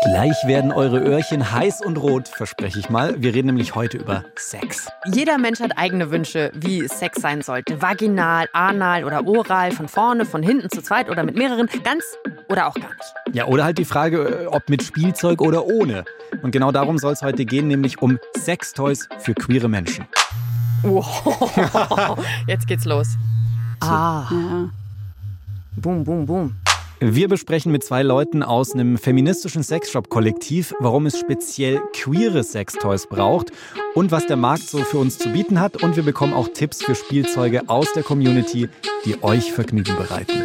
Gleich werden eure Öhrchen heiß und rot, verspreche ich mal. Wir reden nämlich heute über Sex. Jeder Mensch hat eigene Wünsche, wie Sex sein sollte. Vaginal, anal oder oral, von vorne, von hinten, zu zweit oder mit mehreren, ganz oder auch gar nicht. Ja, oder halt die Frage, ob mit Spielzeug oder ohne. Und genau darum soll es heute gehen, nämlich um Sextoys für queere Menschen. Wow. Jetzt geht's los. Ja. Boom, boom, boom. Wir besprechen mit zwei Leuten aus einem feministischen Sexshop-Kollektiv, warum es speziell queere Sextoys braucht und was der Markt so für uns zu bieten hat. Und wir bekommen auch Tipps für Spielzeuge aus der Community, die euch Vergnügen bereiten.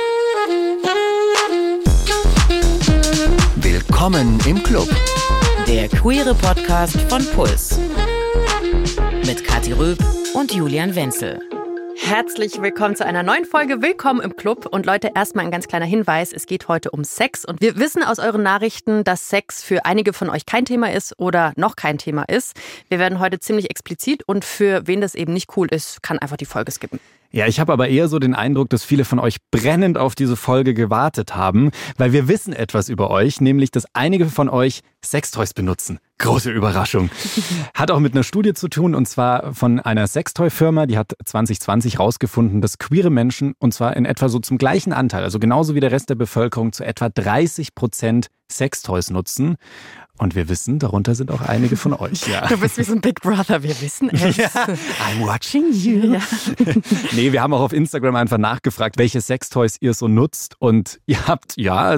Willkommen im Club. Der queere Podcast von Puls. Mit Kathi Röb und Julian Wenzel. Herzlich willkommen zu einer neuen Folge Willkommen im Club. Und Leute, erstmal ein ganz kleiner Hinweis, es geht heute um Sex. Und wir wissen aus euren Nachrichten, dass Sex für einige von euch kein Thema ist oder noch kein Thema ist. Wir werden heute ziemlich explizit und für wen das eben nicht cool ist, kann einfach die Folge skippen. Ja, ich habe aber eher so den Eindruck, dass viele von euch brennend auf diese Folge gewartet haben, weil wir wissen etwas über euch, nämlich, dass einige von euch Sextoys benutzen. Große Überraschung. Hat auch mit einer Studie zu tun, und zwar von einer Sextoy-Firma, die hat 2020 rausgefunden, dass queere Menschen, und zwar in etwa so zum gleichen Anteil, also genauso wie der Rest der Bevölkerung, zu etwa 30% Sextoys nutzen. Und wir wissen, darunter sind auch einige von euch. Ja. Du bist wie so ein Big Brother, wir wissen es. Ja, I'm watching you. Ja. Nee, wir haben auch auf Instagram einfach nachgefragt, welche Sextoys ihr so nutzt. Und ihr habt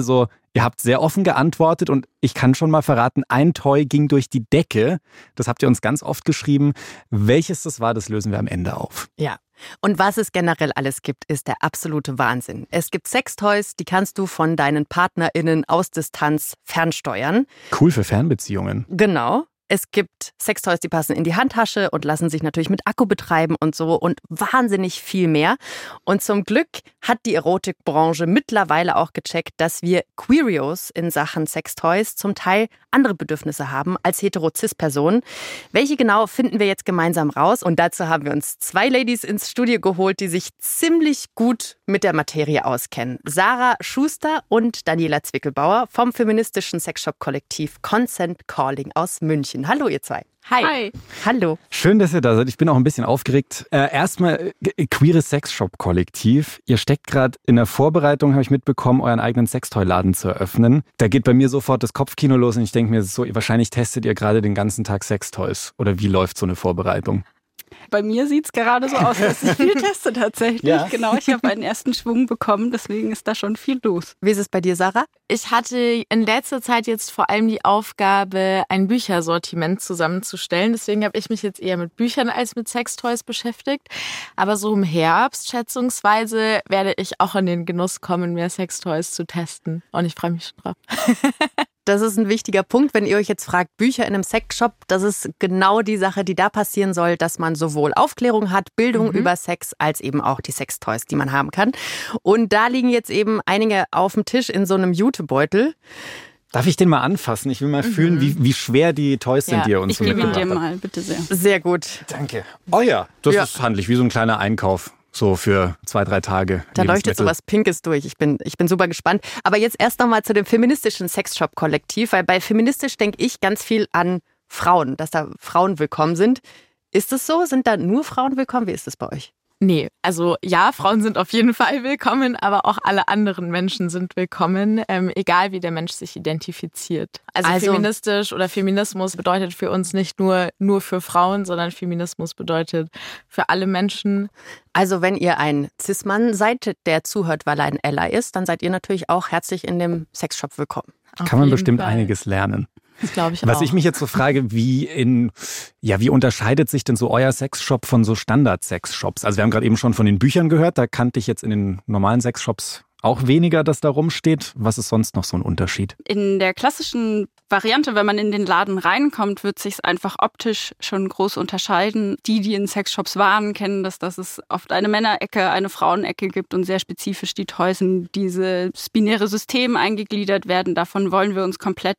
sehr offen geantwortet und ich kann schon mal verraten, ein Toy ging durch die Decke. Das habt ihr uns ganz oft geschrieben. Welches das war, das lösen wir am Ende auf. Ja. Und was es generell alles gibt, ist der absolute Wahnsinn. Es gibt Sextoys, die kannst du von deinen PartnerInnen aus Distanz fernsteuern. Cool für Fernbeziehungen. Genau. Es gibt Sextoys, die passen in die Handtasche und lassen sich natürlich mit Akku betreiben und so und wahnsinnig viel mehr. Und zum Glück hat die Erotikbranche mittlerweile auch gecheckt, dass wir Queerios in Sachen Sextoys zum Teil andere Bedürfnisse haben als hetero-cis-Personen. Welche genau, finden wir jetzt gemeinsam raus. Und dazu haben wir uns zwei Ladies ins Studio geholt, die sich ziemlich gut mit der Materie auskennen. Sarah Schuster und Daniela Zwickelbauer vom feministischen Sexshop-Kollektiv Consent Calling aus München. Hallo ihr zwei. Hi. Hallo. Schön, dass ihr da seid. Ich bin auch ein bisschen aufgeregt. Erstmal, queeres Sexshop-Kollektiv. Ihr steckt gerade in der Vorbereitung, habe ich mitbekommen, euren eigenen Sextoy-Laden zu eröffnen. Da geht bei mir sofort das Kopfkino los und ich denke mir so, wahrscheinlich testet ihr gerade den ganzen Tag Sextoys. Oder wie läuft so eine Vorbereitung? Bei mir sieht es gerade so aus, dass ich viel teste tatsächlich. Ja. Genau, ich habe einen ersten Schwung bekommen, deswegen ist da schon viel los. Wie ist es bei dir, Sarah? Ich hatte in letzter Zeit jetzt vor allem die Aufgabe, ein Büchersortiment zusammenzustellen. Deswegen habe ich mich jetzt eher mit Büchern als mit Sextoys beschäftigt. Aber so im Herbst, schätzungsweise, werde ich auch in den Genuss kommen, mehr Sextoys zu testen. Und ich freue mich schon drauf. Das ist ein wichtiger Punkt, wenn ihr euch jetzt fragt, Bücher in einem Sexshop, das ist genau die Sache, die da passieren soll, dass man sowohl Aufklärung hat, Bildung über Sex, als eben auch die Sextoys, die man haben kann. Und da liegen jetzt eben einige auf dem Tisch in so einem Jutebeutel. Darf ich den mal anfassen? Ich will mal fühlen, wie schwer die Toys sind, die ihr uns so mitgebracht habt. Ich gebe ihn dir mal, bitte sehr. Sehr gut. Danke. Oh ja, das ist handlich, wie so ein kleiner Einkauf. So für 2-3 Tage. Da leuchtet so was Pinkes durch. Ich bin super gespannt. Aber jetzt erst nochmal zu dem feministischen Sexshop-Kollektiv, weil bei feministisch denke ich ganz viel an Frauen, dass da Frauen willkommen sind. Ist es so? Sind da nur Frauen willkommen? Wie ist das bei euch? Nee, also ja, Frauen sind auf jeden Fall willkommen, aber auch alle anderen Menschen sind willkommen, egal wie der Mensch sich identifiziert. Also feministisch oder Feminismus bedeutet für uns nicht nur für Frauen, sondern Feminismus bedeutet für alle Menschen. Also wenn ihr ein Cis-Mann seid, der zuhört, weil er ein Ally ist, dann seid ihr natürlich auch herzlich in dem Sexshop willkommen. Kann man bestimmt einiges lernen. Das glaube ich auch. Was ich mich jetzt so frage, wie unterscheidet sich denn so euer Sexshop von so Standard-Sexshops? Also wir haben gerade eben schon von den Büchern gehört, da kannte ich jetzt in den normalen Sexshops auch weniger, dass da rumsteht. Was ist sonst noch so ein Unterschied? In der klassischen Variante, wenn man in den Laden reinkommt, wird sich's einfach optisch schon groß unterscheiden. Die in Sexshops waren, kennen das, dass es oft eine Männerecke, eine Frauenecke gibt und sehr spezifisch die Toys in dieses binäre System eingegliedert werden. Davon wollen wir uns komplett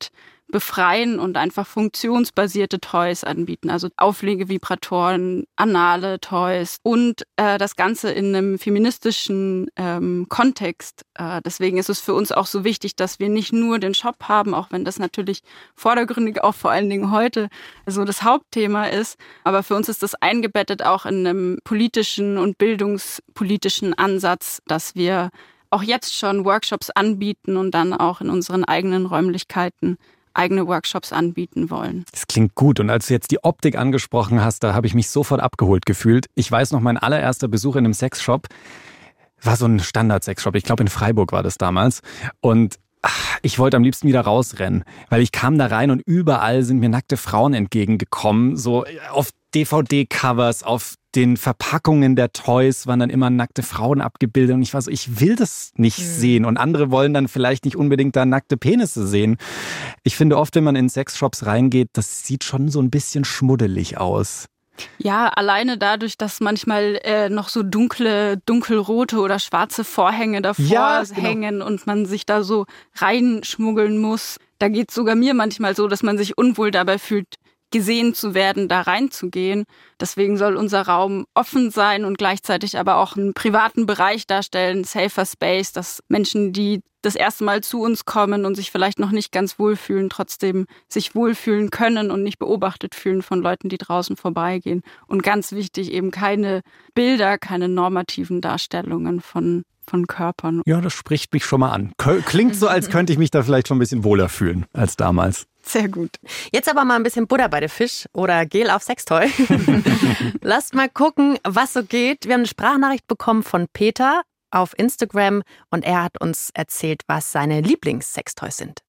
befreien und einfach funktionsbasierte Toys anbieten. Also Auflegevibratoren, anale Toys und das Ganze in einem feministischen Kontext. Deswegen ist es für uns auch so wichtig, dass wir nicht nur den Shop haben, auch wenn das natürlich vordergründig auch vor allen Dingen heute so das Hauptthema ist. Aber für uns ist das eingebettet auch in einem politischen und bildungspolitischen Ansatz, dass wir auch jetzt schon Workshops anbieten und dann auch in unseren eigenen Räumlichkeiten eigene Workshops anbieten wollen. Das klingt gut. Und als du jetzt die Optik angesprochen hast, da habe ich mich sofort abgeholt gefühlt. Ich weiß noch, mein allererster Besuch in einem Sexshop war so ein Standard-Sexshop. Ich glaube, in Freiburg war das damals. Und ich wollte am liebsten wieder rausrennen, weil ich kam da rein und überall sind mir nackte Frauen entgegengekommen. So auf DVD-Covers, auf den Verpackungen der Toys waren dann immer nackte Frauen abgebildet. Und ich war so, ich will das nicht sehen. Und andere wollen dann vielleicht nicht unbedingt da nackte Penisse sehen. Ich finde oft, wenn man in Sexshops reingeht, das sieht schon so ein bisschen schmuddelig aus. Ja, alleine dadurch, dass manchmal noch so dunkelrote oder schwarze Vorhänge davor hängen und man sich da so reinschmuggeln muss. Da geht es sogar mir manchmal so, dass man sich unwohl dabei fühlt, gesehen zu werden, da reinzugehen. Deswegen soll unser Raum offen sein und gleichzeitig aber auch einen privaten Bereich darstellen, safer Space, dass Menschen, die das erste Mal zu uns kommen und sich vielleicht noch nicht ganz wohlfühlen, trotzdem sich wohlfühlen können und nicht beobachtet fühlen von Leuten, die draußen vorbeigehen. Und ganz wichtig, eben keine Bilder, keine normativen Darstellungen von Körpern. Ja, das spricht mich schon mal an. Klingt so, als könnte ich mich da vielleicht schon ein bisschen wohler fühlen als damals. Sehr gut. Jetzt aber mal ein bisschen Butter bei der Fisch oder Gel auf Sextoy. Lasst mal gucken, was so geht. Wir haben eine Sprachnachricht bekommen von Peter auf Instagram und er hat uns erzählt, was seine Lieblings-Sextoys sind.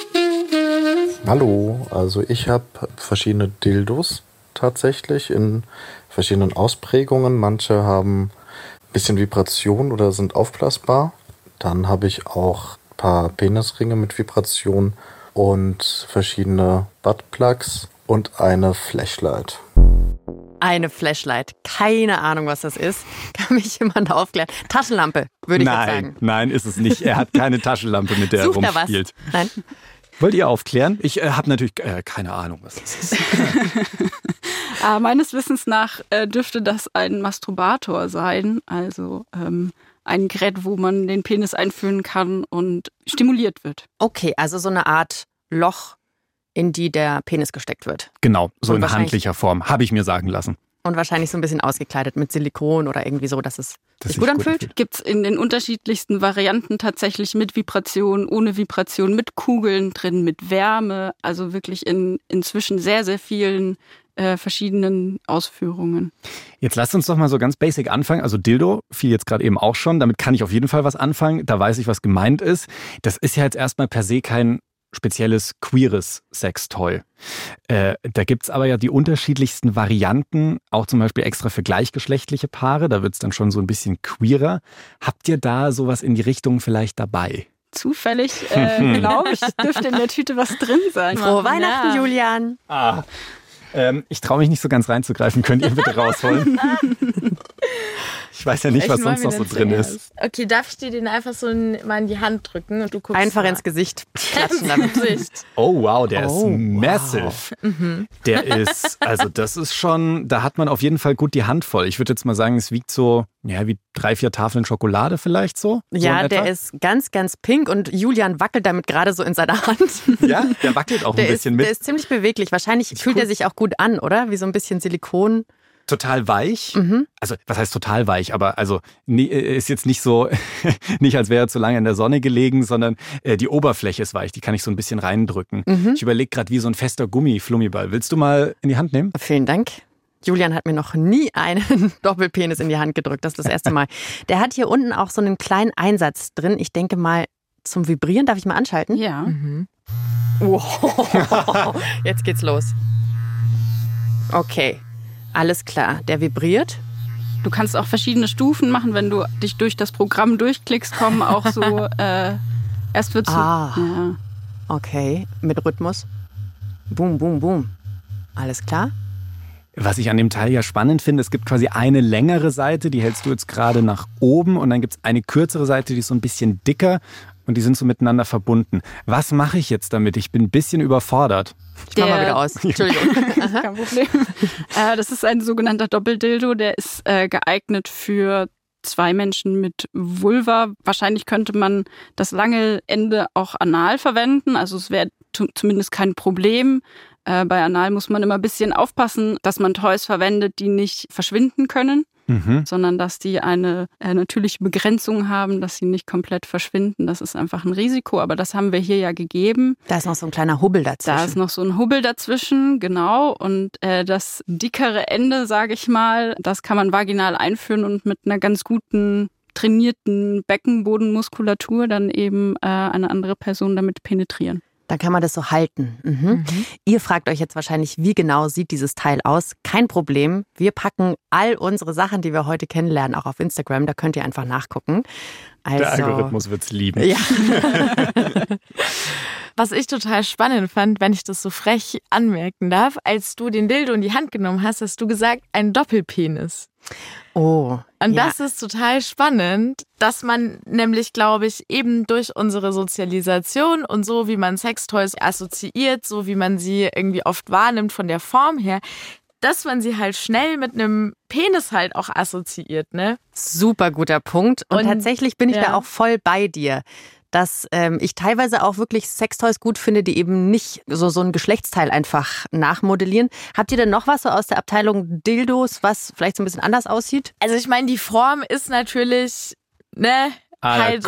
Hallo, also ich habe verschiedene Dildos tatsächlich in verschiedenen Ausprägungen. Manche haben ein bisschen Vibration oder sind aufblasbar. Dann habe ich auch ein paar Penisringe mit Vibration und verschiedene Buttplugs und eine Flashlight. Eine Flashlight. Keine Ahnung, was das ist. Kann mich jemand aufklären? Taschenlampe, würde ich jetzt sagen. Nein, ist es nicht. Er hat keine Taschenlampe, mit der er rumspielt. Nein. Wollt ihr aufklären? Ich habe natürlich keine Ahnung, was das ist. Meines Wissens nach dürfte das ein Masturbator sein. Also ein Gerät, wo man den Penis einführen kann und stimuliert wird. Okay, also so eine Art Loch, in die der Penis gesteckt wird. Genau, so in handlicher Form, habe ich mir sagen lassen. Und wahrscheinlich so ein bisschen ausgekleidet mit Silikon oder irgendwie so, dass es sich gut anfühlt. Gibt es in den unterschiedlichsten Varianten tatsächlich mit Vibration, ohne Vibration, mit Kugeln drin, mit Wärme. Also wirklich in inzwischen sehr, sehr vielen verschiedenen Ausführungen. Jetzt lasst uns doch mal so ganz basic anfangen. Also Dildo fiel jetzt gerade eben auch schon. Damit kann ich auf jeden Fall was anfangen. Da weiß ich, was gemeint ist. Das ist ja jetzt erstmal per se kein spezielles queeres Sextoy. Da gibt's aber ja die unterschiedlichsten Varianten, auch zum Beispiel extra für gleichgeschlechtliche Paare. Da wird's dann schon so ein bisschen queerer. Habt ihr da sowas in die Richtung vielleicht dabei? Zufällig, glaube ich, dürfte in der Tüte was drin sein. Frohe Weihnachten, Julian. Ich traue mich nicht so ganz reinzugreifen. Könnt ihr bitte rausholen? Ich weiß ja nicht, was sonst noch so drin ist. Okay, darf ich dir den einfach so mal in die Hand drücken und du guckst einfach mal. Ins Gesicht klatschen damit. Oh wow, der ist massive. Wow. Der ist, also das ist schon, da hat man auf jeden Fall gut die Hand voll. Ich würde jetzt mal sagen, es wiegt so, ja, wie 3-4 Tafeln Schokolade vielleicht so. Ja, der ist ganz, ganz pink und Julian wackelt damit gerade so in seiner Hand. Ja, der wackelt auch ein bisschen mit. Der ist ziemlich beweglich. Wahrscheinlich fühlt er sich auch gut an, oder? Wie so ein bisschen Silikon. Total weich. Also, was heißt total weich? Aber also ist jetzt nicht so, nicht als wäre er zu lange in der Sonne gelegen, sondern die Oberfläche ist weich. Die kann ich so ein bisschen reindrücken. Ich überlege gerade, wie so ein fester Gummi-Flummiball. Willst du mal in die Hand nehmen? Vielen Dank. Julian hat mir noch nie einen Doppelpenis in die Hand gedrückt. Das ist das erste Mal. Der hat hier unten auch so einen kleinen Einsatz drin. Ich denke mal zum Vibrieren. Darf ich mal anschalten? Ja. Wow. Jetzt geht's los. Okay. Alles klar, der vibriert. Du kannst auch verschiedene Stufen machen, wenn du dich durch das Programm durchklickst, kommen auch so, erst wird so. Ja. Okay, mit Rhythmus. Boom, boom, boom. Alles klar? Was ich an dem Teil ja spannend finde, es gibt quasi eine längere Seite, die hältst du jetzt gerade nach oben und dann gibt es eine kürzere Seite, die ist so ein bisschen dicker. und die sind so miteinander verbunden. Was mache ich jetzt damit? Ich bin ein bisschen überfordert. Ich mach mal wieder aus. Entschuldigung. Kein Problem. Das ist ein sogenannter Doppeldildo, der ist geeignet für 2 Menschen mit Vulva. Wahrscheinlich könnte man das lange Ende auch anal verwenden, also es wäre zumindest kein Problem. Bei Anal muss man immer ein bisschen aufpassen, dass man Toys verwendet, die nicht verschwinden können, sondern dass die eine natürliche Begrenzung haben, dass sie nicht komplett verschwinden. Das ist einfach ein Risiko, aber das haben wir hier ja gegeben. Da ist noch so ein kleiner Hubbel dazwischen. Da ist noch so ein Hubbel dazwischen, genau. Und das dickere Ende, sage ich mal, das kann man vaginal einführen und mit einer ganz guten trainierten Beckenbodenmuskulatur dann eben eine andere Person damit penetrieren. Dann kann man das so halten. Ihr fragt euch jetzt wahrscheinlich, wie genau sieht dieses Teil aus? Kein Problem. Wir packen all unsere Sachen, die wir heute kennenlernen, auch auf Instagram. Da könnt ihr einfach nachgucken. Also, der Algorithmus wird's lieben. Ja. Was ich total spannend fand, wenn ich das so frech anmerken darf, als du den Dildo in die Hand genommen hast, hast du gesagt, ein Doppelpenis. Oh. Und das ist total spannend, dass man nämlich, glaube ich, eben durch unsere Sozialisation und so, wie man Sextoys assoziiert, so wie man sie irgendwie oft wahrnimmt von der Form her, dass man sie halt schnell mit einem Penis halt auch assoziiert, ne? Super guter Punkt. Und tatsächlich bin ich da auch voll bei dir. Dass ich teilweise auch wirklich Sextoys gut finde, die eben nicht so ein Geschlechtsteil einfach nachmodellieren. Habt ihr denn noch was so aus der Abteilung Dildos, was vielleicht so ein bisschen anders aussieht? Also ich meine, die Form ist natürlich, ne, halt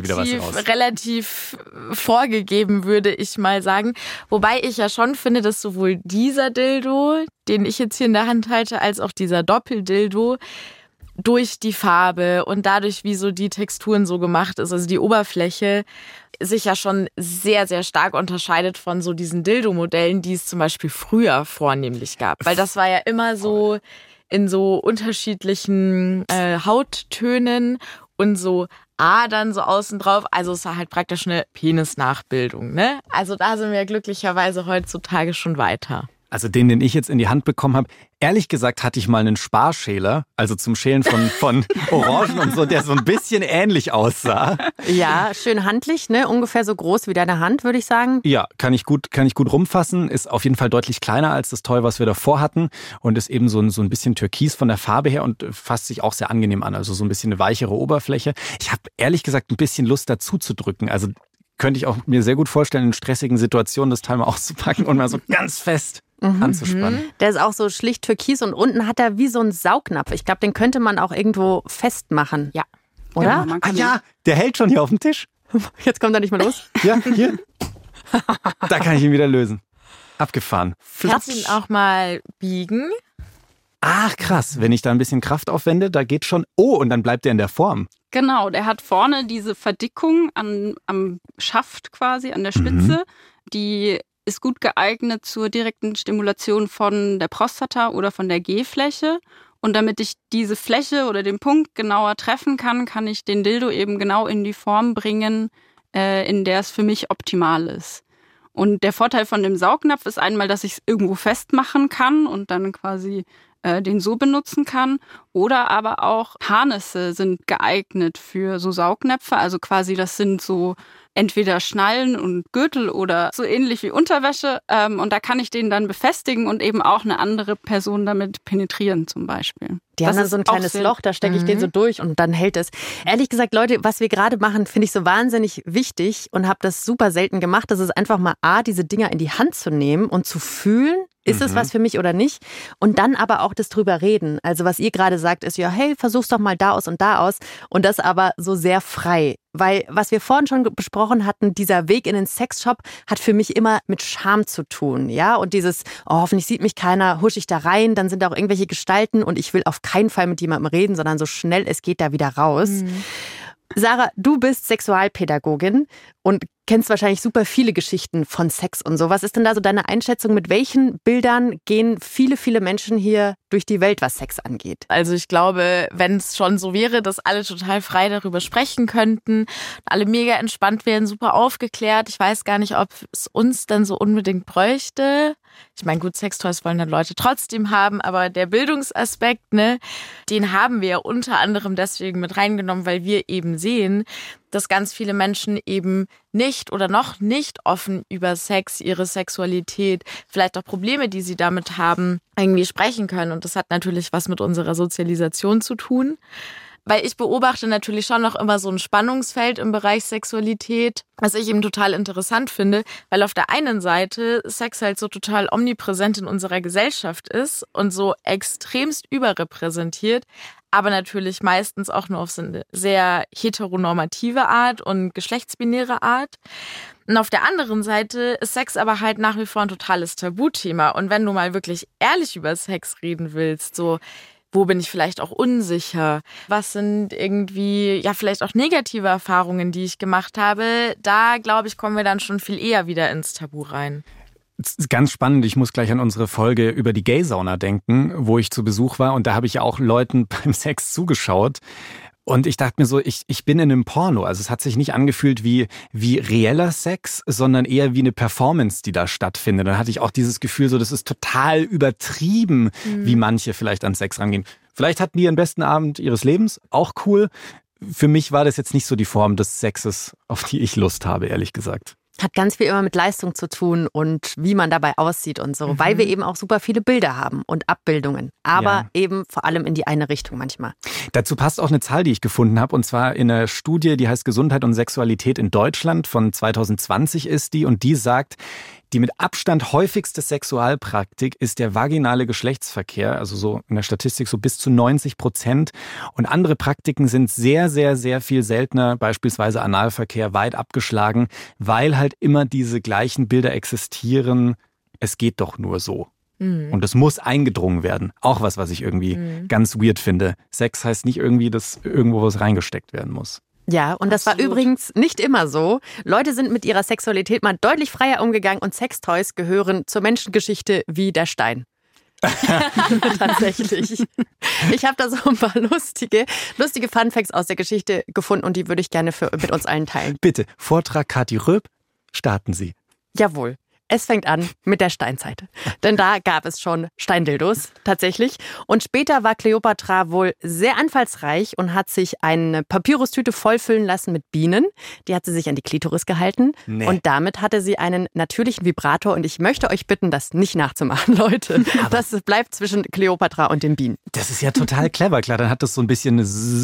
relativ vorgegeben, würde ich mal sagen. Wobei ich ja schon finde, dass sowohl dieser Dildo, den ich jetzt hier in der Hand halte, als auch dieser Doppeldildo durch die Farbe und dadurch, wie so die Texturen so gemacht ist, also die Oberfläche, sich ja schon sehr, sehr stark unterscheidet von so diesen Dildo-Modellen, die es zum Beispiel früher vornehmlich gab. Weil das war ja immer so in so unterschiedlichen Hauttönen und so Adern so außen drauf. Also es war halt praktisch eine Penisnachbildung, ne? Also da sind wir glücklicherweise heutzutage schon weiter. Also den ich jetzt in die Hand bekommen habe, ehrlich gesagt hatte ich mal einen Sparschäler, also zum Schälen von Orangen und so, der so ein bisschen ähnlich aussah. Ja, schön handlich, ne? Ungefähr so groß wie deine Hand, würde ich sagen. Ja, kann ich gut rumfassen. Ist auf jeden Fall deutlich kleiner als das Toy, was wir davor hatten und ist eben so ein bisschen türkis von der Farbe her und fasst sich auch sehr angenehm an. Also so ein bisschen eine weichere Oberfläche. Ich habe ehrlich gesagt ein bisschen Lust dazu zu drücken. Also könnte ich auch mir sehr gut vorstellen, in stressigen Situationen das Teil mal auszupacken und mal so ganz fest anzuspannen. Der ist auch so schlicht türkis und unten hat er wie so einen Saugnapf. Ich glaube, den könnte man auch irgendwo festmachen. Ja. Oder? Ja, der hält schon hier auf dem Tisch. Jetzt kommt er nicht mehr los. Ja, hier. Da kann ich ihn wieder lösen. Abgefahren. Kannst du ihn auch mal biegen? Ach krass, wenn ich da ein bisschen Kraft aufwende, da geht schon. Oh, und dann bleibt er in der Form. Genau, der hat vorne diese Verdickung am Schaft quasi, an der Spitze. Die ist gut geeignet zur direkten Stimulation von der Prostata oder von der G-Fläche. Und damit ich diese Fläche oder den Punkt genauer treffen kann, kann ich den Dildo eben genau in die Form bringen, in der es für mich optimal ist. Und der Vorteil von dem Saugnapf ist einmal, dass ich es irgendwo festmachen kann und dann quasi den so benutzen kann. Oder aber auch Harnisse sind geeignet für so Saugnäpfe. Also quasi das sind so entweder Schnallen und Gürtel oder so ähnlich wie Unterwäsche. Und da kann ich den dann befestigen und eben auch eine andere Person damit penetrieren zum Beispiel. Die haben dann so ein kleines Loch, da stecke ich den so durch und dann hält es. Ehrlich gesagt, Leute, was wir gerade machen, finde ich so wahnsinnig wichtig und habe das super selten gemacht. Das ist einfach mal diese Dinger in die Hand zu nehmen und zu fühlen, ist es was für mich oder nicht? Und dann aber auch das drüber reden. Also was ihr gerade sagt, ist ja, hey, versuch's doch mal da aus und da aus. Und das aber so sehr frei. Weil was wir vorhin schon besprochen hatten, dieser Weg in den Sexshop hat für mich immer mit Scham zu tun. Ja, und dieses, hoffentlich sieht mich keiner, husch ich da rein, dann sind da auch irgendwelche Gestalten und ich will auf keinen Fall mit jemandem reden, sondern so schnell es geht da wieder raus. Sarah, du bist Sexualpädagogin und kennst wahrscheinlich super viele Geschichten von Sex und so. Was ist denn da so deine Einschätzung? Mit welchen Bildern gehen viele, viele Menschen hier durch die Welt, was Sex angeht? Also ich glaube, wenn es schon so wäre, dass alle total frei darüber sprechen könnten, alle mega entspannt wären, super aufgeklärt. Ich weiß gar nicht, ob es uns dann so unbedingt bräuchte. Ich meine, gut, Sextoys wollen dann Leute trotzdem haben, aber der Bildungsaspekt, ne, den haben wir unter anderem deswegen mit reingenommen, weil wir eben sehen, dass ganz viele Menschen eben nicht oder noch nicht offen über Sex, ihre Sexualität, vielleicht auch Probleme, die sie damit haben, irgendwie sprechen können. Und das hat natürlich was mit unserer Sozialisation zu tun. Weil ich beobachte natürlich schon noch immer so ein Spannungsfeld im Bereich Sexualität, was ich eben total interessant finde, weil auf der einen Seite Sex halt so total omnipräsent in unserer Gesellschaft ist und so extremst überrepräsentiert, aber natürlich meistens auch nur auf so eine sehr heteronormative Art und geschlechtsbinäre Art. Und auf der anderen Seite ist Sex aber halt nach wie vor ein totales Tabuthema. Und wenn du mal wirklich ehrlich über Sex reden willst, so wo bin ich vielleicht auch unsicher? Was sind irgendwie, ja, vielleicht auch negative Erfahrungen, die ich gemacht habe? Da, glaube ich, kommen wir dann schon viel eher wieder ins Tabu rein. Das ist ganz spannend. Ich muss gleich an unsere Folge über die Gay-Sauna denken, wo ich zu Besuch war. Und da habe ich ja auch Leuten beim Sex zugeschaut. Und ich dachte mir so, ich bin in einem Porno. Also es hat sich nicht angefühlt wie reeller Sex, sondern eher wie eine Performance, die da stattfindet. Dann hatte ich auch dieses Gefühl, so das ist total übertrieben, wie manche vielleicht an Sex rangehen. Vielleicht hatten die ihren besten Abend ihres Lebens, auch cool. Für mich war das jetzt nicht so die Form des Sexes, auf die ich Lust habe, ehrlich gesagt. Hat ganz viel immer mit Leistung zu tun und wie man dabei aussieht und so, weil wir eben auch super viele Bilder haben und Abbildungen, aber eben vor allem in die eine Richtung manchmal. Dazu passt auch eine Zahl, die ich gefunden habe, und zwar in einer Studie, die heißt Gesundheit und Sexualität in Deutschland, von 2020 ist die, und die sagt, die mit Abstand häufigste Sexualpraktik ist der vaginale Geschlechtsverkehr, also so in der Statistik so bis zu 90%. Und andere Praktiken sind sehr, sehr, sehr viel seltener, beispielsweise Analverkehr, weit abgeschlagen, weil halt immer diese gleichen Bilder existieren. Es geht doch nur so. Und es muss eingedrungen werden. Auch was ich irgendwie ganz weird finde. Sex heißt nicht irgendwie, dass irgendwo was reingesteckt werden muss. Ja, und das war übrigens nicht immer so. Leute sind mit ihrer Sexualität mal deutlich freier umgegangen und Sextoys gehören zur Menschengeschichte wie der Stein. Tatsächlich. Ich habe da so ein paar lustige Funfacts aus der Geschichte gefunden und die würde ich gerne mit uns allen teilen. Bitte, Vortrag Kathi Röb, starten Sie. Jawohl. Es fängt an mit der Steinzeit. Denn da gab es schon Steindildos, tatsächlich. Und später war Kleopatra wohl sehr anfallsreich und hat sich eine Papyrustüte vollfüllen lassen mit Bienen. Die hat sie sich an die Klitoris gehalten. Nee. Und damit hatte sie einen natürlichen Vibrator. Und ich möchte euch bitten, das nicht nachzumachen, Leute. Aber das bleibt zwischen Kleopatra und den Bienen. Das ist ja total clever. Klar, dann hat das so ein bisschen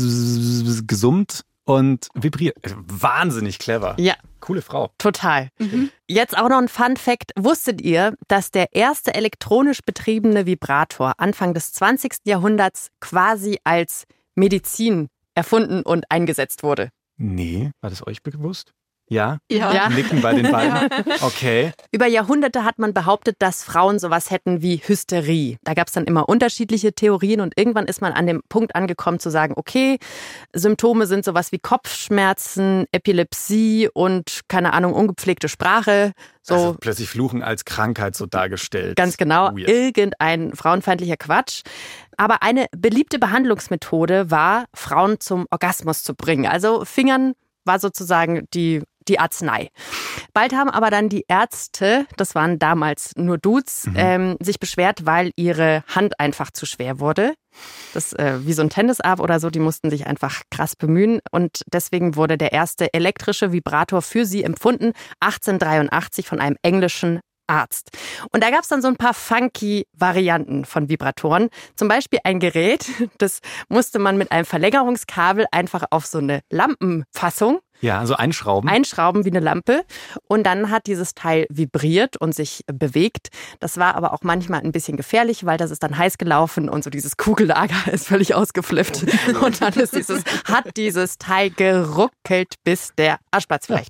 gesummt und vibriert. Wahnsinnig clever. Ja. Coole Frau. Total. Jetzt auch noch ein Fun-Fact. Wusstet ihr, dass der erste elektronisch betriebene Vibrator Anfang des 20. Jahrhunderts quasi als Medizin erfunden und eingesetzt wurde? Nee, war das euch bewusst? Ja? Ja. Nicken bei den beiden. Okay. Über Jahrhunderte hat man behauptet, dass Frauen sowas hätten wie Hysterie. Da gab es dann immer unterschiedliche Theorien und irgendwann ist man an dem Punkt angekommen zu sagen, okay, Symptome sind sowas wie Kopfschmerzen, Epilepsie und, keine Ahnung, ungepflegte Sprache. So. Also plötzlich Fluchen als Krankheit so dargestellt. Ganz genau, Weird. Irgendein frauenfeindlicher Quatsch. Aber eine beliebte Behandlungsmethode war, Frauen zum Orgasmus zu bringen. Also Fingern war sozusagen die Arznei. Bald haben aber dann die Ärzte, das waren damals nur Dudes, sich beschwert, weil ihre Hand einfach zu schwer wurde. Das wie so ein Tennisarm oder so, die mussten sich einfach krass bemühen. Und deswegen wurde der erste elektrische Vibrator für sie empfunden, 1883 von einem englischen Arzt. Und da gab es dann so ein paar funky Varianten von Vibratoren. Zum Beispiel ein Gerät, das musste man mit einem Verlängerungskabel einfach auf so eine Lampenfassung. Ja, also einschrauben. Einschrauben wie eine Lampe. Und dann hat dieses Teil vibriert und sich bewegt. Das war aber auch manchmal ein bisschen gefährlich, weil das ist dann heiß gelaufen und so dieses Kugellager ist völlig ausgeflippt. Und dann ist hat dieses Teil geruckelt, bis der Arschplatz vielleicht.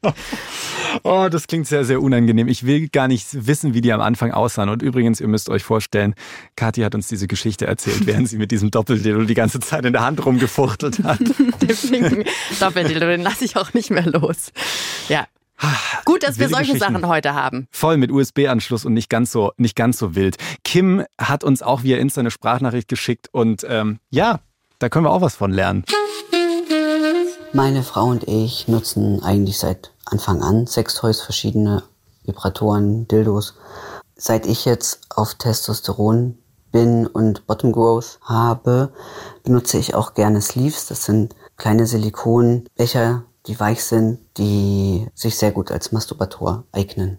Oh, das klingt sehr, sehr unangenehm. Ich will gar nicht wissen, wie die am Anfang aussahen. Und übrigens, ihr müsst euch vorstellen, Kathi hat uns diese Geschichte erzählt, während sie mit diesem Doppeldildo die ganze Zeit in der Hand rumgefuchtelt hat. Den flinken Doppeldildo, den lasse ich auch nicht mehr los. Ja. Gut, dass wir solche Sachen heute haben. Voll mit USB-Anschluss und nicht ganz so wild. Kim hat uns auch via Insta eine Sprachnachricht geschickt und ja, da können wir auch was von lernen. Meine Frau und ich nutzen eigentlich seit Anfang an Sextoys, verschiedene Vibratoren, Dildos. Seit ich jetzt auf Testosteron bin und Bottom Growth habe, benutze ich auch gerne Sleeves. Das sind kleine Silikonbecher, die weich sind, die sich sehr gut als Masturbator eignen.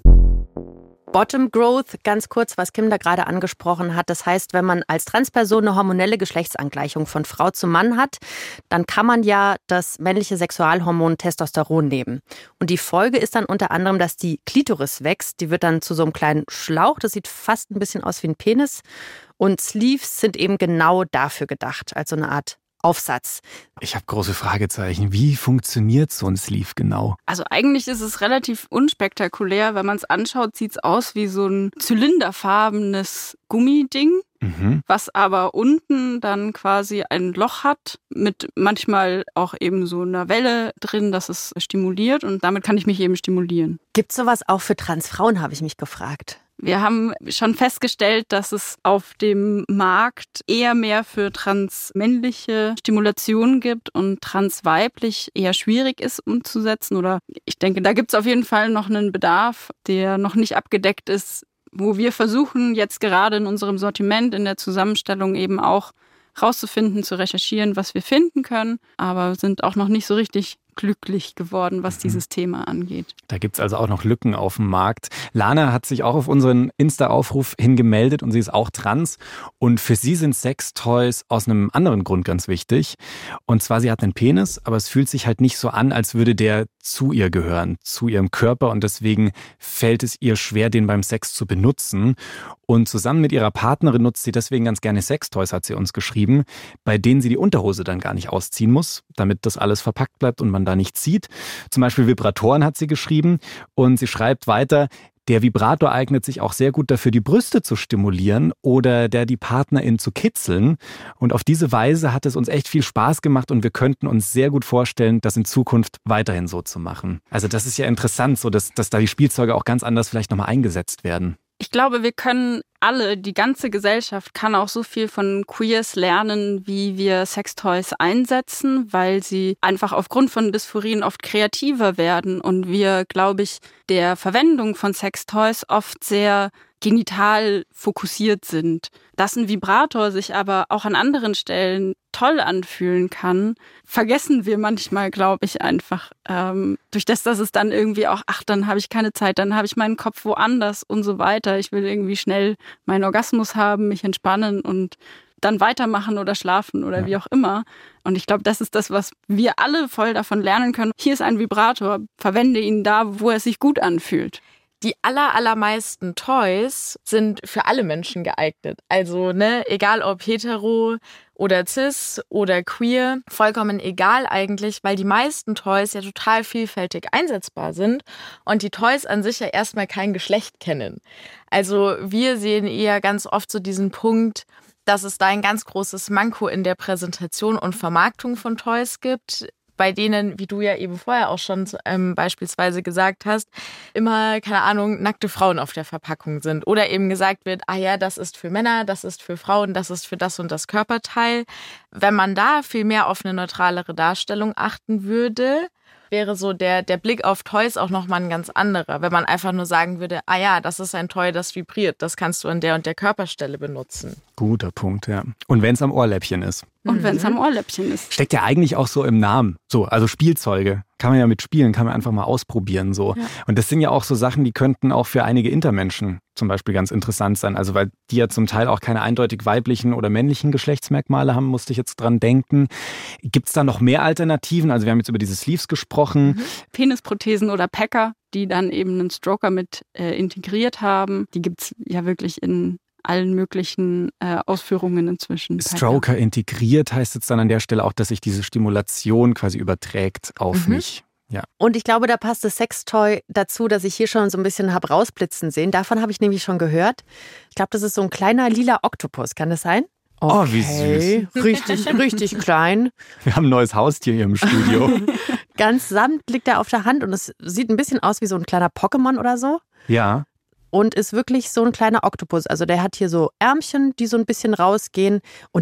Bottom Growth, ganz kurz, was Kim da gerade angesprochen hat. Das heißt, wenn man als Transperson eine hormonelle Geschlechtsangleichung von Frau zu Mann hat, dann kann man ja das männliche Sexualhormon Testosteron nehmen. Und die Folge ist dann unter anderem, dass die Klitoris wächst. Die wird dann zu so einem kleinen Schlauch. Das sieht fast ein bisschen aus wie ein Penis. Und Sleeves sind eben genau dafür gedacht, als so eine Art Aufsatz. Ich habe große Fragezeichen. Wie funktioniert so ein Sleeve genau? Also eigentlich ist es relativ unspektakulär. Wenn man es anschaut, sieht es aus wie so ein zylinderfarbenes Gummiding, was aber unten dann quasi ein Loch hat mit manchmal auch eben so einer Welle drin, dass es stimuliert und damit kann ich mich eben stimulieren. Gibt es sowas auch für Transfrauen, habe ich mich gefragt. Wir haben schon festgestellt, dass es auf dem Markt eher mehr für transmännliche Stimulation gibt und transweiblich eher schwierig ist umzusetzen. Oder ich denke, da gibt es auf jeden Fall noch einen Bedarf, der noch nicht abgedeckt ist, wo wir versuchen, jetzt gerade in unserem Sortiment, in der Zusammenstellung eben auch rauszufinden, zu recherchieren, was wir finden können, aber sind auch noch nicht so richtig glücklich geworden, was dieses Thema angeht. Da gibt es also auch noch Lücken auf dem Markt. Lana hat sich auch auf unseren Insta-Aufruf hingemeldet und sie ist auch trans. Und für sie sind Sextoys aus einem anderen Grund ganz wichtig. Und zwar, sie hat einen Penis, aber es fühlt sich halt nicht so an, als würde der zu ihr gehören, zu ihrem Körper. Und deswegen fällt es ihr schwer, den beim Sex zu benutzen. Und zusammen mit ihrer Partnerin nutzt sie deswegen ganz gerne Sextoys, hat sie uns geschrieben, bei denen sie die Unterhose dann gar nicht ausziehen muss, damit das alles verpackt bleibt und man da nichts sieht. Zum Beispiel Vibratoren hat sie geschrieben und sie schreibt weiter, der Vibrator eignet sich auch sehr gut dafür, die Brüste zu stimulieren oder die Partnerin zu kitzeln. Und auf diese Weise hat es uns echt viel Spaß gemacht und wir könnten uns sehr gut vorstellen, das in Zukunft weiterhin so zu machen. Also das ist ja interessant, so dass da die Spielzeuge auch ganz anders vielleicht nochmal eingesetzt werden. Ich glaube, wir können alle, die ganze Gesellschaft kann auch so viel von Queers lernen, wie wir Sextoys einsetzen, weil sie einfach aufgrund von Dysphorien oft kreativer werden und wir, glaube ich, der Verwendung von Sextoys oft sehr genital fokussiert sind. Dass ein Vibrator sich aber auch an anderen Stellen toll anfühlen kann, vergessen wir manchmal, glaube ich, einfach. Durch das, dass es dann irgendwie auch, dann habe ich keine Zeit, dann habe ich meinen Kopf woanders und so weiter. Ich will irgendwie schnell meinen Orgasmus haben, mich entspannen und dann weitermachen oder schlafen oder wie auch immer. Und ich glaube, das ist das, was wir alle voll davon lernen können. Hier ist ein Vibrator, verwende ihn da, wo er sich gut anfühlt. Die allermeisten Toys sind für alle Menschen geeignet. Also, egal ob hetero oder cis oder queer, vollkommen egal eigentlich, weil die meisten Toys ja total vielfältig einsetzbar sind und die Toys an sich ja erstmal kein Geschlecht kennen. Also wir sehen eher ganz oft so diesen Punkt, dass es da ein ganz großes Manko in der Präsentation und Vermarktung von Toys gibt, bei denen, wie du ja eben vorher auch schon beispielsweise gesagt hast, immer, keine Ahnung, nackte Frauen auf der Verpackung sind. Oder eben gesagt wird, das ist für Männer, das ist für Frauen, das ist für das und das Körperteil. Wenn man da viel mehr auf eine neutralere Darstellung achten würde, wäre so der Blick auf Toys auch nochmal ein ganz anderer. Wenn man einfach nur sagen würde, das ist ein Toy, das vibriert, das kannst du an der und der Körperstelle benutzen. Guter Punkt, ja. Und wenn es am Ohrläppchen ist. Und wenn es am Ohrläppchen ist. Steckt ja eigentlich auch so im Namen. So, also Spielzeuge. Kann man ja mitspielen, kann man einfach mal ausprobieren. So. Ja. Und das sind ja auch so Sachen, die könnten auch für einige Intermenschen zum Beispiel ganz interessant sein. Also weil die ja zum Teil auch keine eindeutig weiblichen oder männlichen Geschlechtsmerkmale haben, musste ich jetzt dran denken. Gibt es da noch mehr Alternativen? Also wir haben jetzt über diese Sleeves gesprochen. Penisprothesen oder Packer, die dann eben einen Stroker mit integriert haben. Die gibt es ja wirklich in allen möglichen Ausführungen inzwischen. Stroker integriert heißt jetzt dann an der Stelle auch, dass sich diese Stimulation quasi überträgt auf mich. Ja. Und ich glaube, da passt das Sextoy dazu, dass ich hier schon so ein bisschen habe rausblitzen sehen. Davon habe ich nämlich schon gehört. Ich glaube, das ist so ein kleiner lila Oktopus. Kann das sein? Okay. Oh, wie süß. Richtig klein. Wir haben ein neues Haustier hier im Studio. Ganz sanft liegt er auf der Hand und es sieht ein bisschen aus wie so ein kleiner Pokémon oder so. Ja. Und ist wirklich so ein kleiner Oktopus. Also der hat hier so Ärmchen, die so ein bisschen rausgehen und der liegt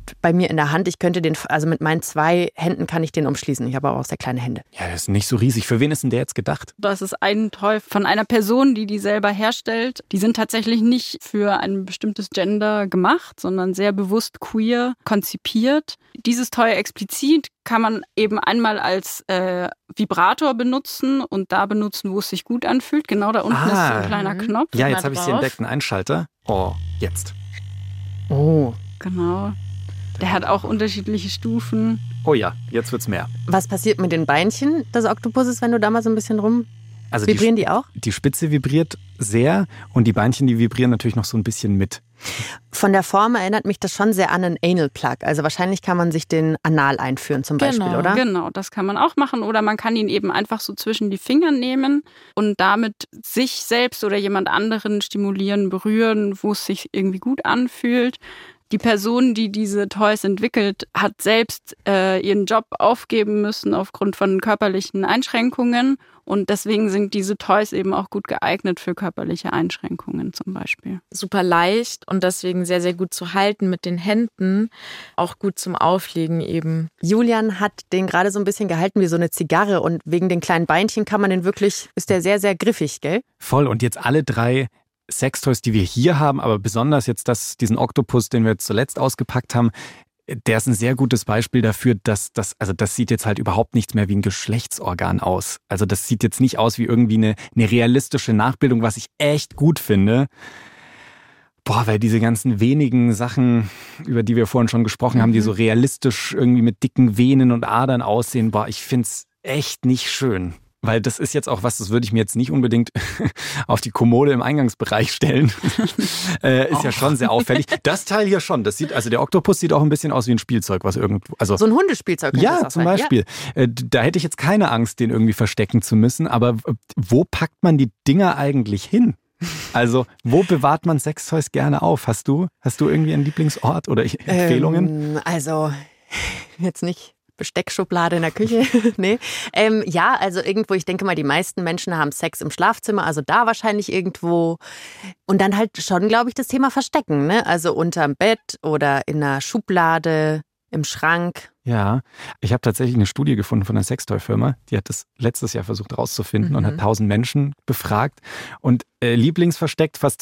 bei mir in der Hand. Ich könnte den, also mit meinen 2 Händen kann ich den umschließen. Ich habe aber auch sehr kleine Hände. Ja, das ist nicht so riesig. Für wen ist denn der jetzt gedacht? Das ist ein Toy von einer Person, die selber herstellt. Die sind tatsächlich nicht für ein bestimmtes Gender gemacht, sondern sehr bewusst queer konzipiert. Dieses Toy explizit kann man eben einmal als Vibrator benutzen und da benutzen, wo es sich gut anfühlt. Genau da unten ist so ein kleiner Knopf. Ja, jetzt habe ich sie entdeckt, einen Einschalter. Oh, jetzt. Oh. Genau. Der hat auch unterschiedliche Stufen. Oh ja, jetzt wird's mehr. Was passiert mit den Beinchen des Oktopuses, wenn du da mal so ein bisschen Also vibrieren die auch? Die Spitze vibriert sehr und die Beinchen, die vibrieren natürlich noch so ein bisschen mit. Von der Form erinnert mich das schon sehr an einen Anal Plug. Also wahrscheinlich kann man sich den anal einführen zum Beispiel, oder? Genau, das kann man auch machen. Oder man kann ihn eben einfach so zwischen die Finger nehmen und damit sich selbst oder jemand anderen stimulieren, berühren, wo es sich irgendwie gut anfühlt. Die Person, die diese Toys entwickelt, hat selbst ihren Job aufgeben müssen aufgrund von körperlichen Einschränkungen. Und deswegen sind diese Toys eben auch gut geeignet für körperliche Einschränkungen zum Beispiel. Super leicht und deswegen sehr, sehr gut zu halten mit den Händen. Auch gut zum Auflegen eben. Julian hat den gerade so ein bisschen gehalten wie so eine Zigarre und wegen den kleinen Beinchen kann man den wirklich, ist der sehr, sehr griffig, gell? Voll. Und jetzt alle 3 Sextoys, die wir hier haben, aber besonders jetzt diesen Oktopus, den wir jetzt zuletzt ausgepackt haben, der ist ein sehr gutes Beispiel dafür, dass das sieht jetzt halt überhaupt nichts mehr wie ein Geschlechtsorgan aus. Also das sieht jetzt nicht aus wie irgendwie eine realistische Nachbildung, was ich echt gut finde. Boah, weil diese ganzen wenigen Sachen, über die wir vorhin schon gesprochen haben, die so realistisch irgendwie mit dicken Venen und Adern aussehen, boah, ich find's echt nicht schön. Weil das ist jetzt auch was, das würde ich mir jetzt nicht unbedingt auf die Kommode im Eingangsbereich stellen. Ist ja schon sehr auffällig. Das Teil hier schon, also der Oktopus sieht auch ein bisschen aus wie ein Spielzeug, was irgendwo, also so ein Hundespielzeug. Ja, zum Beispiel. Ja. Da hätte ich jetzt keine Angst, den irgendwie verstecken zu müssen. Aber wo packt man die Dinger eigentlich hin? Also, wo bewahrt man Sextoys gerne auf? Hast du irgendwie einen Lieblingsort oder Empfehlungen? Also, jetzt nicht Besteckschublade in der Küche. Nee. Ja, also irgendwo, ich denke mal, die meisten Menschen haben Sex im Schlafzimmer, also da wahrscheinlich irgendwo. Und dann halt schon, glaube ich, das Thema Verstecken, ne? Also unterm Bett oder in einer Schublade, im Schrank. Ja, ich habe tatsächlich eine Studie gefunden von einer Sextoy-Firma, die hat das letztes Jahr versucht rauszufinden und hat 1000 Menschen befragt. Und lieblingsversteckt, fast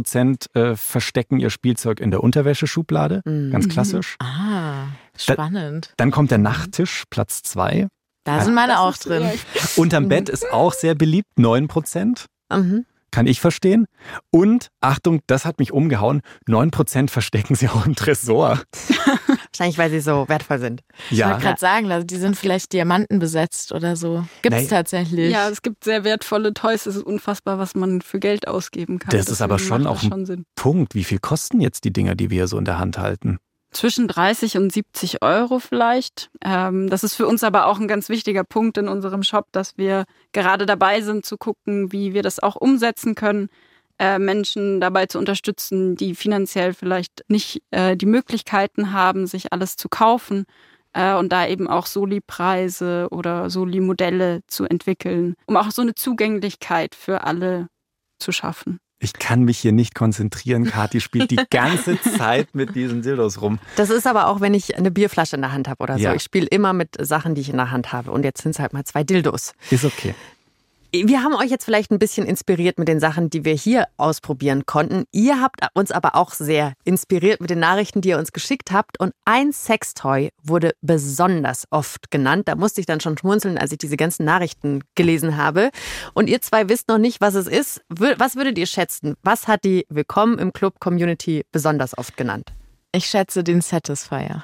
20% verstecken ihr Spielzeug in der Unterwäscheschublade, ganz klassisch. Ah, spannend. Dann kommt der Nachttisch, Platz 2. Da sind meine auch drin. Unterm Bett ist auch sehr beliebt, 9%. Mhm. Kann ich verstehen. Und, Achtung, das hat mich umgehauen, 9% verstecken sie auch im Tresor. Wahrscheinlich, weil sie so wertvoll sind. Ich wollte gerade sagen, also die sind vielleicht Diamanten besetzt oder so. Gibt es tatsächlich. Ja, es gibt sehr wertvolle Toys. Es ist unfassbar, was man für Geld ausgeben kann. Das ist aber schon auch ein Punkt. Wie viel kosten jetzt die Dinger, die wir so in der Hand halten? Zwischen 30 und 70 Euro vielleicht. Das ist für uns aber auch ein ganz wichtiger Punkt in unserem Shop, dass wir gerade dabei sind zu gucken, wie wir das auch umsetzen können, Menschen dabei zu unterstützen, die finanziell vielleicht nicht die Möglichkeiten haben, sich alles zu kaufen und da eben auch Soli-Preise oder Soli-Modelle zu entwickeln, um auch so eine Zugänglichkeit für alle zu schaffen. Ich kann mich hier nicht konzentrieren. Kathi spielt die ganze Zeit mit diesen Dildos rum. Das ist aber auch, wenn ich eine Bierflasche in der Hand habe oder so. Ja. Ich spiele immer mit Sachen, die ich in der Hand habe. Und jetzt sind es halt mal 2 Dildos. Ist okay. Wir haben euch jetzt vielleicht ein bisschen inspiriert mit den Sachen, die wir hier ausprobieren konnten. Ihr habt uns aber auch sehr inspiriert mit den Nachrichten, die ihr uns geschickt habt. Und ein Sextoy wurde besonders oft genannt. Da musste ich dann schon schmunzeln, als ich diese ganzen Nachrichten gelesen habe. Und ihr 2 wisst noch nicht, was es ist. Was würdet ihr schätzen? Was hat die Willkommen im Club Community besonders oft genannt? Ich schätze den Satisfier.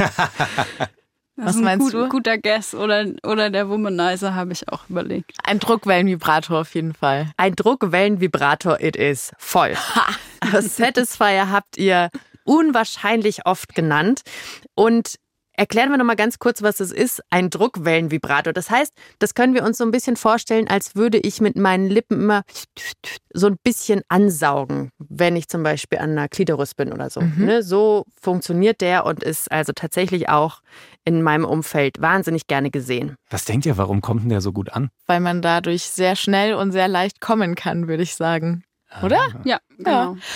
Was meinst du? Guter Guess oder der Womanizer habe ich auch überlegt. Ein Druckwellenvibrator auf jeden Fall. Ein Druckwellenvibrator it is. Voll. Satisfier habt ihr unwahrscheinlich oft genannt. Und erklären wir noch mal ganz kurz, was es ist. Ein Druckwellenvibrator. Das heißt, das können wir uns so ein bisschen vorstellen, als würde ich mit meinen Lippen immer so ein bisschen ansaugen, wenn ich zum Beispiel an einer Klitoris bin oder so. Ne? So funktioniert der und ist also tatsächlich auch in meinem Umfeld wahnsinnig gerne gesehen. Was denkt ihr, warum kommt denn der so gut an? Weil man dadurch sehr schnell und sehr leicht kommen kann, würde ich sagen. Oder? Ja, genau. Ja.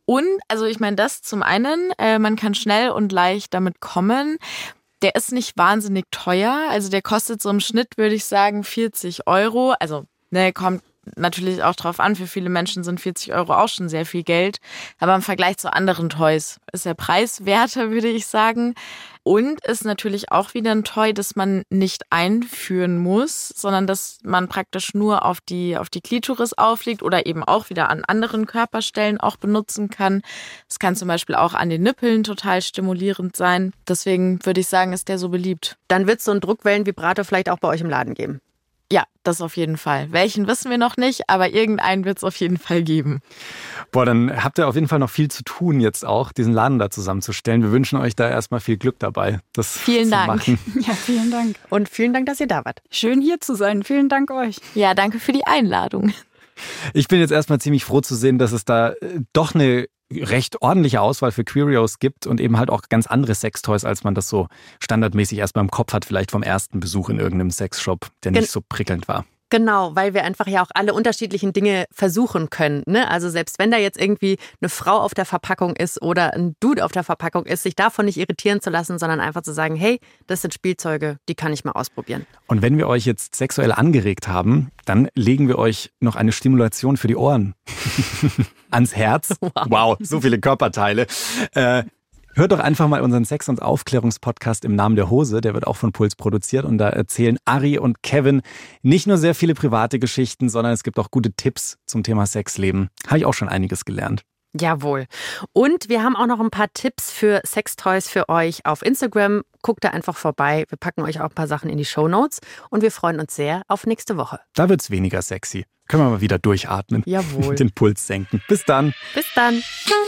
Und, also ich meine, das zum einen, man kann schnell und leicht damit kommen. Der ist nicht wahnsinnig teuer. Also der kostet so im Schnitt, würde ich sagen, 40 €. Also, kommt natürlich auch drauf an. Für viele Menschen sind 40 € auch schon sehr viel Geld. Aber im Vergleich zu anderen Toys ist der Preis werter, würde ich sagen. Und ist natürlich auch wieder ein Toy, das man nicht einführen muss, sondern dass man praktisch nur auf die Klitoris auflegt oder eben auch wieder an anderen Körperstellen auch benutzen kann. Es kann zum Beispiel auch an den Nippeln total stimulierend sein. Deswegen würde ich sagen, ist der so beliebt. Dann wird es so einen Druckwellenvibrator vielleicht auch bei euch im Laden geben. Ja, das auf jeden Fall. Welchen wissen wir noch nicht, aber irgendeinen wird es auf jeden Fall geben. Boah, dann habt ihr auf jeden Fall noch viel zu tun jetzt auch, diesen Laden da zusammenzustellen. Wir wünschen euch da erstmal viel Glück dabei, das vielen Dank. machen. Ja, vielen Dank. Und vielen Dank, dass ihr da wart. Schön hier zu sein. Vielen Dank euch. Ja, danke für die Einladung. Ich bin jetzt erstmal ziemlich froh zu sehen, dass es da doch eine recht ordentliche Auswahl für Queerios gibt und eben halt auch ganz andere Sextoys, als man das so standardmäßig erstmal im Kopf hat, vielleicht vom ersten Besuch in irgendeinem Sexshop, der nicht so prickelnd war. Genau, weil wir einfach ja auch alle unterschiedlichen Dinge versuchen können. Ne? Also selbst wenn da jetzt irgendwie eine Frau auf der Verpackung ist oder ein Dude auf der Verpackung ist, sich davon nicht irritieren zu lassen, sondern einfach zu sagen, hey, das sind Spielzeuge, die kann ich mal ausprobieren. Und wenn wir euch jetzt sexuell angeregt haben, dann legen wir euch noch eine Stimulation für die Ohren ans Herz. Wow, so viele Körperteile. Hört doch einfach mal unseren Sex- und Aufklärungspodcast im Namen der Hose. Der wird auch von Puls produziert und da erzählen Ari und Kevin nicht nur sehr viele private Geschichten, sondern es gibt auch gute Tipps zum Thema Sexleben. Habe ich auch schon einiges gelernt. Jawohl. Und wir haben auch noch ein paar Tipps für Sextoys für euch auf Instagram. Guckt da einfach vorbei. Wir packen euch auch ein paar Sachen in die Shownotes und wir freuen uns sehr auf nächste Woche. Da wird's weniger sexy. Können wir mal wieder durchatmen. Jawohl. Den Puls senken. Bis dann. Bis dann.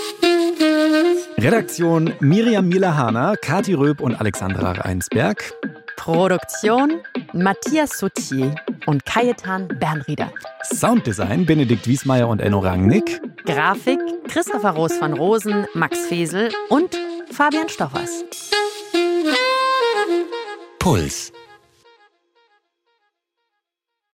Redaktion Miriam Miehler-Hahner, Kathi Röb und Alexandra Reinsberg. Produktion Matthias Sautier und Kajetan Bernrieder. Sounddesign Benedikt Wiesmeier und Enno Rangnick. Grafik Christopher Roos van Rosen, Max Fesel und Fabian Stoffers. Puls.